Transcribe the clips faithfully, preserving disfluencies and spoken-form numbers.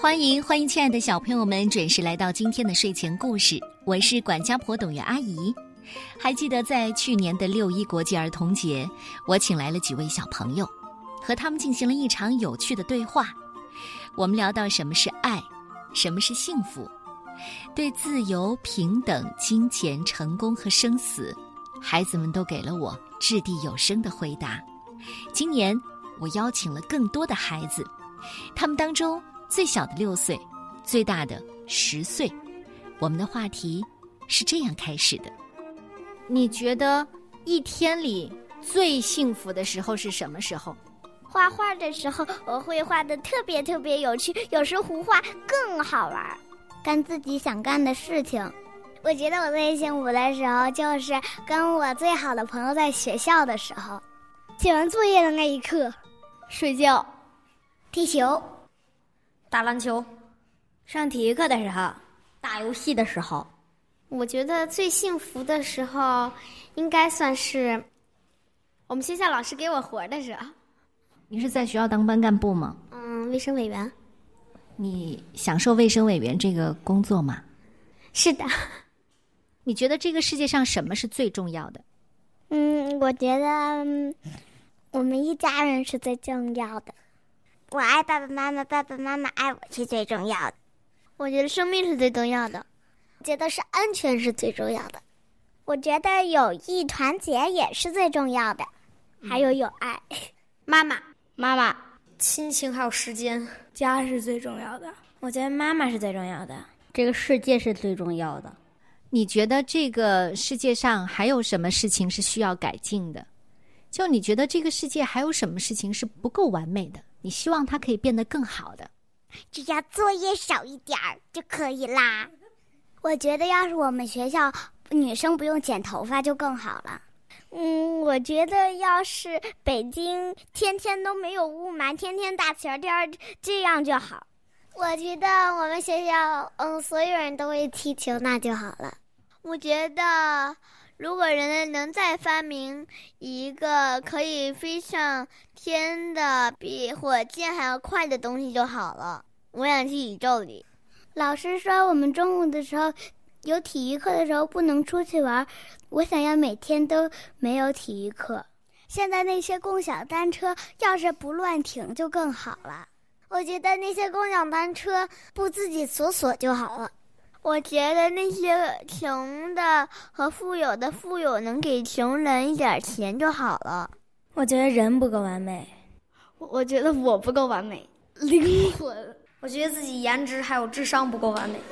欢迎欢迎亲爱的小朋友们准时来到今天的睡前故事，我是管家婆董月阿姨。还记得在去年的六一国际儿童节，我请来了几位小朋友，和他们进行了一场有趣的对话。我们聊到什么是爱，什么是幸福，对自由、平等、金钱、成功和生死，孩子们都给了我掷地有声的回答。今年我邀请了更多的孩子，他们当中最小的六岁，最大的十岁。我们的话题是这样开始的： 你觉得一天里最幸福的时候是什么时候？ 画画的时候，我会画得特别特别有趣，有时胡画更好玩。干自己想干的事情。我觉得我最幸福的时候，就是跟我最好的朋友在学校的时候。写完作业的那一刻。 睡觉、 踢球、 打篮球、上体育课的时候、打游戏的时候。 我觉得最幸福的时候应该算是我们学校老师给我活的时候。 你是在学校当班干部吗？ 嗯，卫生委员。 你享受卫生委员这个工作吗？ 是的。 你觉得这个世界上什么是最重要的？ 嗯，我觉得、嗯、我们一家人是最重要的。我爱爸爸妈妈，爸爸妈妈爱我是最重要的。 我觉得生命是最重要的。 我觉得是安全是最重要的。我觉得友谊团结也是最重要的、嗯、还有有爱。 妈妈妈妈，亲情还有时间。 家是最重要的。 我觉得妈妈是最重要的。这个世界是最重要的。 你觉得这个世界上还有什么事情是需要改进的？就你觉得这个世界还有什么事情是不够完美的，你希望它可以变得更好的？ 只要作业少一点儿就可以啦。我觉得要是我们学校女生不用剪头发就更好了。嗯，我觉得要是北京天天都没有雾霾，天天大晴天，这样就好。我觉得我们学校嗯，所有人都会踢球，那就好了。 我觉得如果人类能再发明一个可以飞上天的比火箭还要快的东西就好了。我想去宇宙里。 老师说我们中午的时候有体育课的时候不能出去玩，我想要每天都没有体育课。现在那些共享单车要是不乱停就更好了。我觉得那些共享单车不自己锁锁就好了。 我觉得那些穷的和富有的富有能给穷人一点钱就好了。 我觉得人不够完美。 我觉得我不够完美。灵魂。 我觉得自己颜值还有智商不够完美。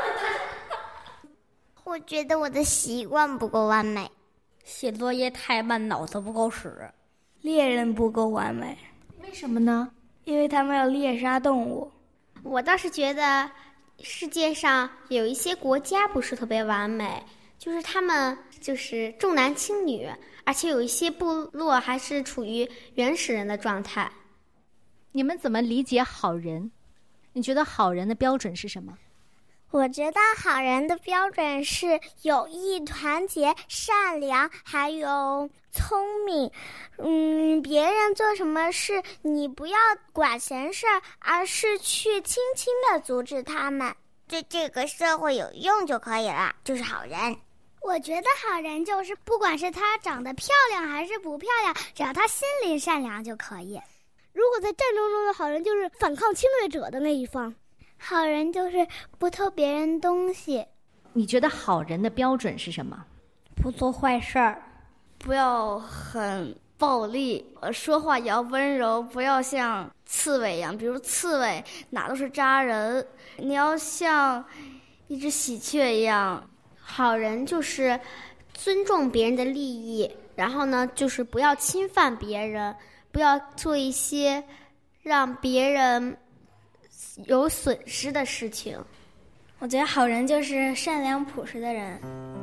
我觉得我的习惯不够完美。 写作业太慢，脑子不够使。 猎人不够完美。 为什么呢？ 因为他们要猎杀动物。 我倒是觉得世界上有一些国家不是特别完美，就是他们就是重男轻女，而且有一些部落还是处于原始人的状态。 你们怎么理解好人？你觉得好人的标准是什么？ 我觉得好人的标准是友谊、团结、善良，还有聪明。嗯，别人做什么事，你不要管闲事，而是去轻轻地阻止他们，对这个社会有用就可以了，就是好人。我觉得好人就是不管是他长得漂亮还是不漂亮，只要他心灵善良就可以。 如果在战争中的好人就是反抗侵略者的那一方。 好人就是不偷别人东西。 你觉得好人的标准是什么？ 不做坏事儿， 不要很暴力，说话也要温柔，不要像刺猬一样，比如刺猬哪都是扎人，你要像一只喜鹊一样。 好人就是尊重别人的利益，然后呢就是不要侵犯别人，不要做一些让别人有损失的事情。 我觉得好人就是善良朴实的人。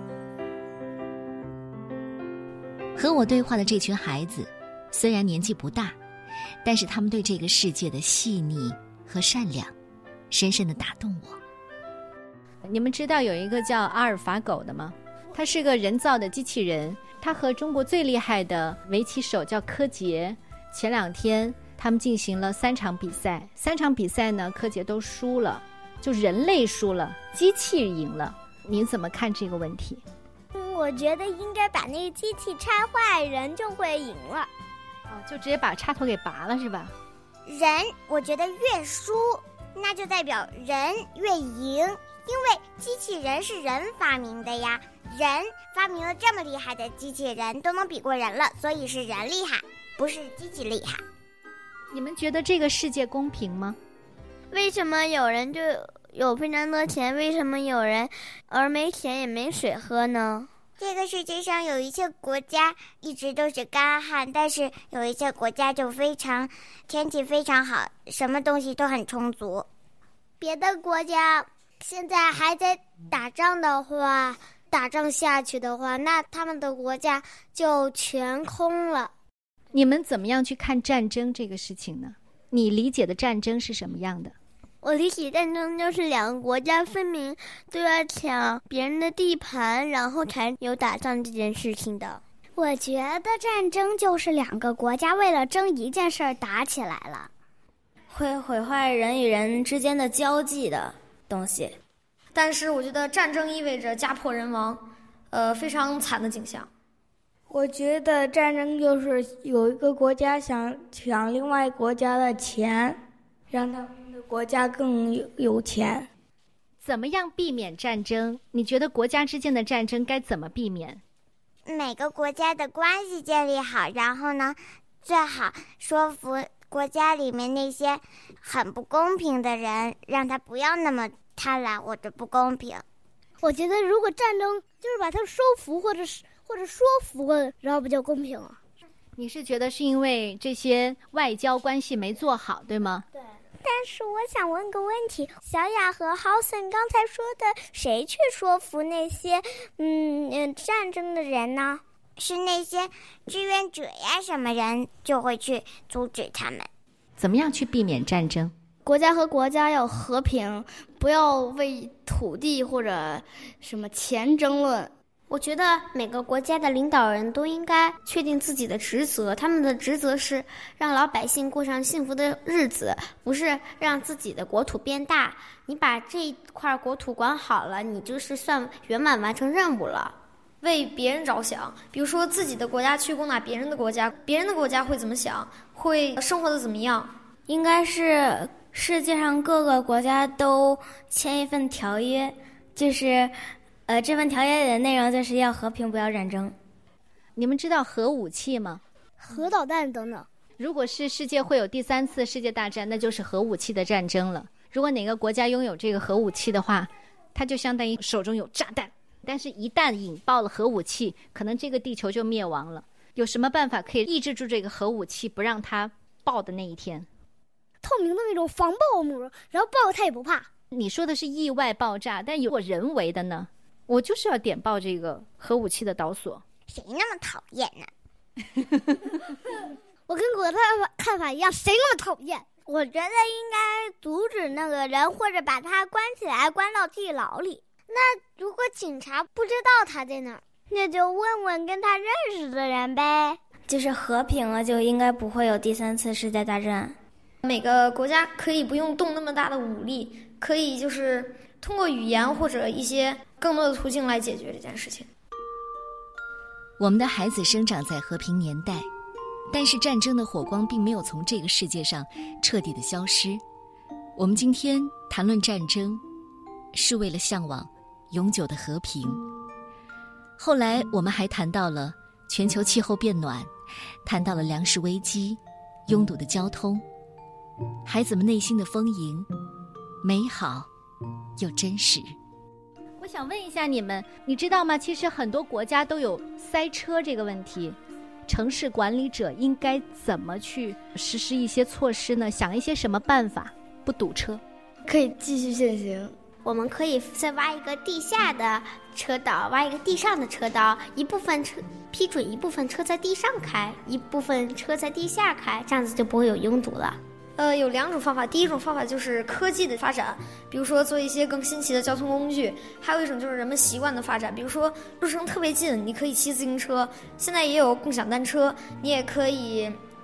和我对话的这群孩子虽然年纪不大，但是他们对这个世界的细腻和善良深深地打动我。你们知道有一个叫阿尔法狗的吗？它是个人造的机器人，它和中国最厉害的围棋手叫柯洁前两天他们进行了三场比赛，三场比赛呢，柯洁都输了，就人类输了，机器赢了。你怎么看这个问题？ 嗯，我觉得应该把那个机器拆坏，人就会赢了。 哦，就直接把插头给拔了是吧？ 人，我觉得越输，那就代表人越赢，因为机器人是人发明的呀，人发明了这么厉害的机器人，都能比过人了，所以是人厉害，不是机器厉害。 你们觉得这个世界公平吗？ 为什么有人就有非常多钱，为什么有人而没钱也没水喝呢？ 这个世界上有一些国家一直都是干旱，但是有一些国家就非常天气非常好，什么东西都很充足。别的国家现在还在打仗的话，打仗下去的话，那他们的国家就全空了。 你们怎么样去看战争这个事情呢？你理解的战争是什么样的？ 我理解战争就是两个国家分明都要抢别人的地盘，然后才有打仗这件事情的。 我觉得战争就是两个国家为了争一件事儿打起来了， 会毁坏人与人之间的交际的东西。 但是我觉得战争意味着家破人亡，呃，非常惨的景象。 我觉得战争就是有一个国家想抢另外国家的钱，让他们的国家更有有钱。 怎么样避免战争？你觉得国家之间的战争该怎么避免？ 每个国家的关系建立好，然后呢，最好说服国家里面那些很不公平的人，让他不要那么贪婪或者不公平。 我觉得如果战争就是把他收服或者是或者说服了，然后不就公平了？ 你是觉得是因为这些外交关系没做好，对吗？ 对。但是我想问个问题，小雅和浩森刚才说的，谁去说服那些嗯嗯战争的人呢？是那些志愿者呀，什么人就会去阻止他们。 怎么样去避免战争？ 国家和国家要和平，不要为土地或者什么钱争论。 我觉得每个国家的领导人都应该确定自己的职责，他们的职责是让老百姓过上幸福的日子，不是让自己的国土变大。你把这一块国土管好了，你就是算圆满完成任务了。 为别人着想，比如说自己的国家去攻打别人的国家，别人的国家会怎么想，会生活的怎么样？ 应该是世界上各个国家都签一份条约，就是呃，这份条约里的内容就是要和平，不要战争。 你们知道核武器吗？ 核导弹等等。 如果是世界会有第三次世界大战，那就是核武器的战争了。如果哪个国家拥有这个核武器的话，它就相当于手中有炸弹。但是一旦引爆了核武器，可能这个地球就灭亡了。有什么办法可以抑制住这个核武器，不让它爆的那一天？ 透明的那种防爆膜，然后爆它也不怕。 你说的是意外爆炸，但如果人为的呢？我就是要点爆这个核武器的导索。 谁那么讨厌呢？ 我跟我的看法一样，谁那么讨厌？ 我觉得应该阻止那个人，或者把他关起来，关到地牢里。那如果警察不知道他在哪儿，那就问问跟他认识的人呗。 就是和平了，就应该不会有第三次世界大战。 每个国家可以不用动那么大的武力，可以就是通过语言或者一些更多的途径来解决这件事情。 我们的孩子生长在和平年代，但是战争的火光并没有从这个世界上彻底的消失。我们今天谈论战争，是为了向往永久的和平。后来我们还谈到了全球气候变暖，谈到了粮食危机、拥堵的交通，孩子们内心的丰盈、美好又真实。 我想问一下你们，你知道吗？其实很多国家都有塞车这个问题，城市管理者应该怎么去实施一些措施呢？想一些什么办法不堵车？ 可以继续限行。 我们可以再挖一个地下的车道，挖一个地上的车道，一部分车批准一部分车在地上开，一部分车在地下开，这样子就不会有拥堵了。 呃，有两种方法。第一种方法就是科技的发展，比如说做一些更新奇的交通工具；还有一种就是人们习惯的发展，比如说路程特别近，你可以骑自行车。现在也有共享单车，你也可以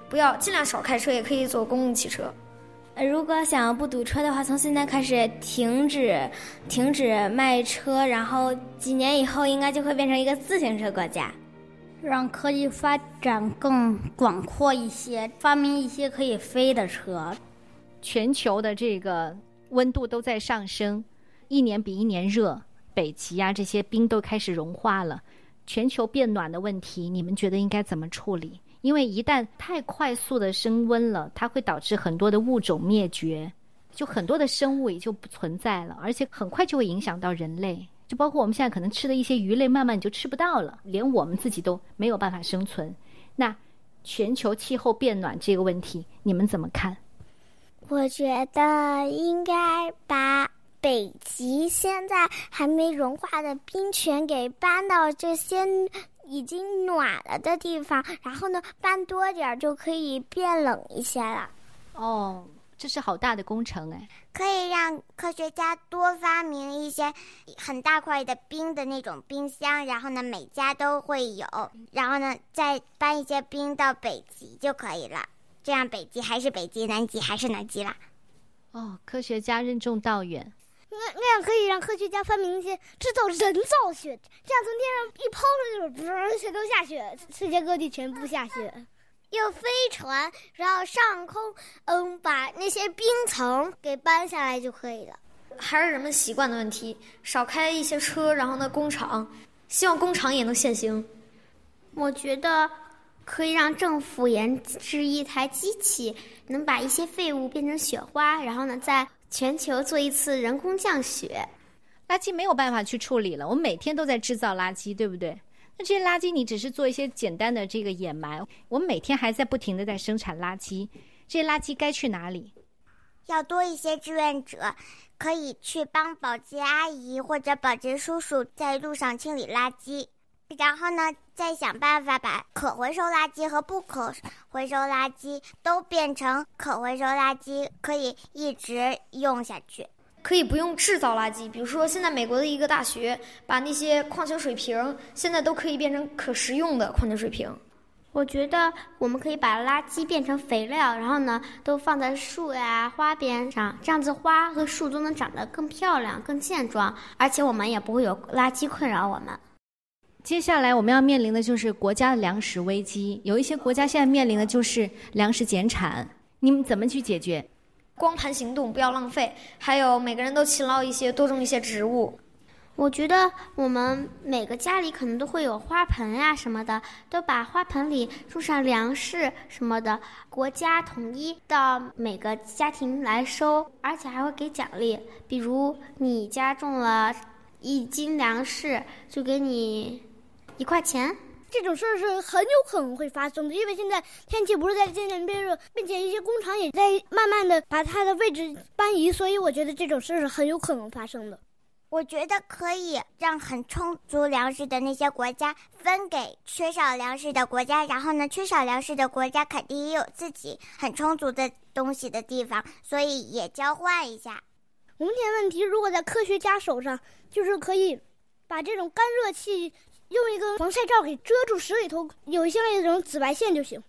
不要尽量少开车，也可以坐公共汽车。 呃，如果想要不堵车的话，从现在开始停止停止卖车，然后几年以后应该就会变成一个自行车国家。 让科技发展更广阔一些，发明一些可以飞的车。 全球的这个温度都在上升，一年比一年热，北极啊这些冰都开始融化了。全球变暖的问题，你们觉得应该怎么处理？因为一旦太快速的升温了，它会导致很多的物种灭绝，就很多的生物也就不存在了，而且很快就会影响到人类。就包括我们现在可能吃的一些鱼类，慢慢你就吃不到了，连我们自己都没有办法生存。那全球气候变暖这个问题，你们怎么看？ 我觉得应该把北极现在还没融化的冰泉给搬到这些已经暖了的地方，然后呢搬多点就可以变冷一些了。 哦，这是好大的工程哎！ 可以让科学家多发明一些很大块的冰的那种冰箱，然后呢每家都会有，然后呢再搬一些冰到北极就可以了。这样北极还是北极，南极还是南极啦。 哦，科学家任重道远。 那那样可以让科学家发明一些制造人造雪，这样从天上一抛出去，全都下雪，世界各地全部下雪。 用飞船，然后上空，嗯，把那些冰层给搬下来就可以了。 还是人们习惯的问题，少开一些车，然后呢，工厂，希望工厂也能限行。 我觉得可以让政府研制一台机器，能把一些废物变成雪花，然后呢，在全球做一次人工降雪。 垃圾没有办法去处理了，我们每天都在制造垃圾，对不对？那这些垃圾你只是做一些简单的这个掩埋，我们每天还在不停的在生产垃圾，这些垃圾该去哪里？ 要多一些志愿者，可以去帮保洁阿姨或者保洁叔叔在路上清理垃圾，然后呢再想办法把可回收垃圾和不可回收垃圾都变成可回收垃圾，可以一直用下去。 可以不用制造垃圾，比如说现在美国的一个大学把那些矿泉水瓶现在都可以变成可食用的矿泉水瓶。 我觉得我们可以把垃圾变成肥料，然后呢都放在树呀花边上，这样子花和树都能长得更漂亮更健壮，而且我们也不会有垃圾困扰我们。 接下来我们要面临的就是国家的粮食危机，有一些国家现在面临的就是粮食减产，你们怎么去解决？ 光盘行动，不要浪费，还有每个人都勤劳一些，多种一些植物。 我觉得我们每个家里可能都会有花盆呀、啊、什么的，都把花盆里种上粮食什么的，国家统一到每个家庭来收，而且还会给奖励，比如你家种了一斤粮食就给你一块钱。 这种事儿是很有可能会发生的，因为现在天气不是在渐渐变热，并且一些工厂也在慢慢的把它的位置搬移，所以我觉得这种事儿是很有可能发生的。 我觉得可以让很充足粮食的那些国家分给缺少粮食的国家，然后呢，缺少粮食的国家肯定也有自己很充足的东西的地方，所以也交换一下。 目前问题如果在科学家手上，就是可以把这种干热器用一个防晒罩给遮住，使里头有一些那种紫外线就行。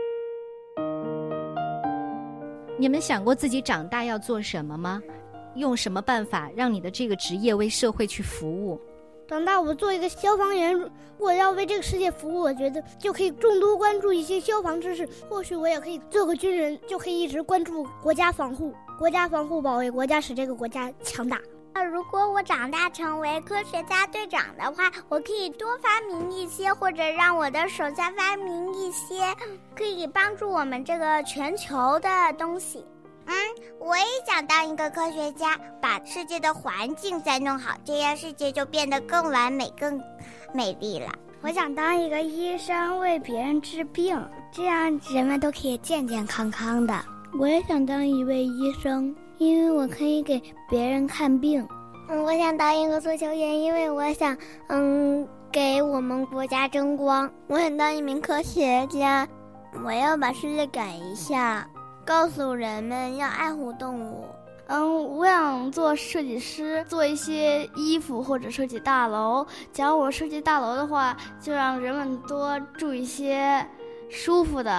你们想过自己长大要做什么吗？用什么办法让你的这个职业为社会去服务？ 长大我做一个消防员，我要为这个世界服务，我觉得就可以众多关注一些消防知识，或许我也可以做个军人，就可以一直关注国家防护，国家防护保卫国家，使这个国家强大。 那如果我长大成为科学家队长的话，我可以多发明一些，或者让我的手下发明一些可以帮助我们这个全球的东西。嗯，我也想当一个科学家，把世界的环境再弄好，这样世界就变得更完美更美丽了。 我想当一个医生，为别人治病，这样人们都可以健健康康的。 我也想当一位医生，因为我可以给别人看病。 嗯，我想当一个足球员，因为我想嗯给我们国家争光。 我想当一名科学家，我要把世界改一下，告诉人们要爱护动物。 嗯，我想做设计师，做一些衣服或者设计大楼。假如我设计大楼的话，就让人们多住一些舒服的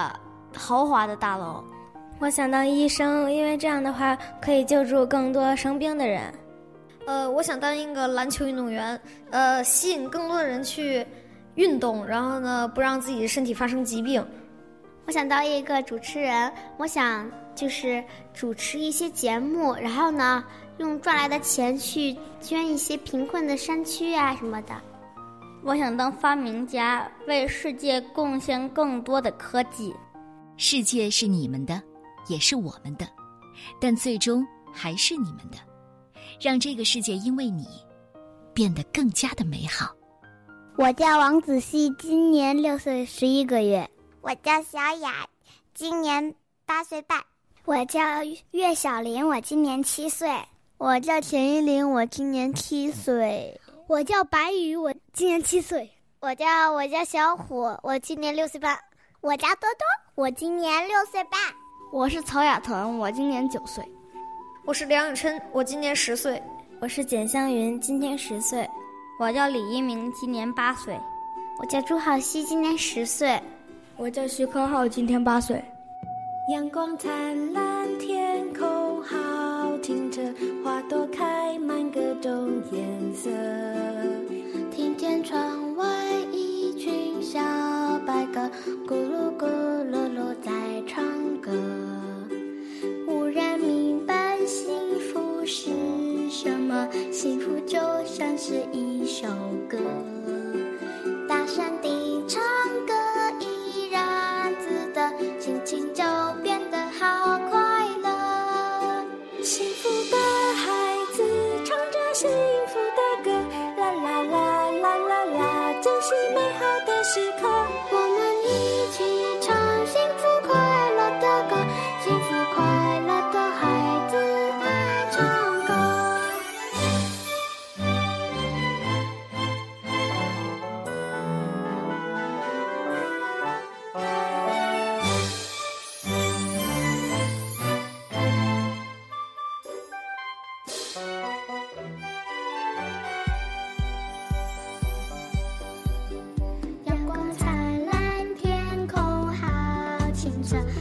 豪华的大楼。 我想当医生，因为这样的话可以救助更多生病的人。 呃，我想当一个篮球运动员，呃，吸引更多的人去运动，然后呢，不让自己的身体发生疾病。 我想当一个主持人，我想就是主持一些节目，然后呢，用赚来的钱去捐一些贫困的山区啊什么的。 我想当发明家，为世界贡献更多的科技。 世界是你们的，也是我们的，但最终还是你们的。让这个世界因为你变得更加的美好。 我叫王子熙，今年六岁十一个月。 我叫小雅，今年八岁半。 我叫岳小林，我今年七岁。 我叫田依林，我今年七岁。 我叫白宇，我今年七岁。 我叫我叫小虎，我今年六岁半。 我叫多多，我今年六岁半。 我是曹雅腾，我今年九岁。 我是梁永琛，我今年十岁。 我是简香云，今年十岁。 我叫李一鸣，今年八岁。 我叫朱浩熙，今年十岁。 我叫徐科浩，今天八岁。 阳光灿烂，天空好清澈，花朵开满各种颜色。 听见窗外一群小白鸽，咕噜咕噜噜在唱歌。忽然明白幸福是什么，幸福就像是一首歌。大声地唱歌，依然自得，心情就变得好快乐。 幸福的孩子唱着幸福的歌，啦啦啦啦啦啦，珍惜美好的时刻。 我们一起唱幸福快乐的歌，幸福快乐的孩子爱唱歌。阳光灿烂，天空好清澈。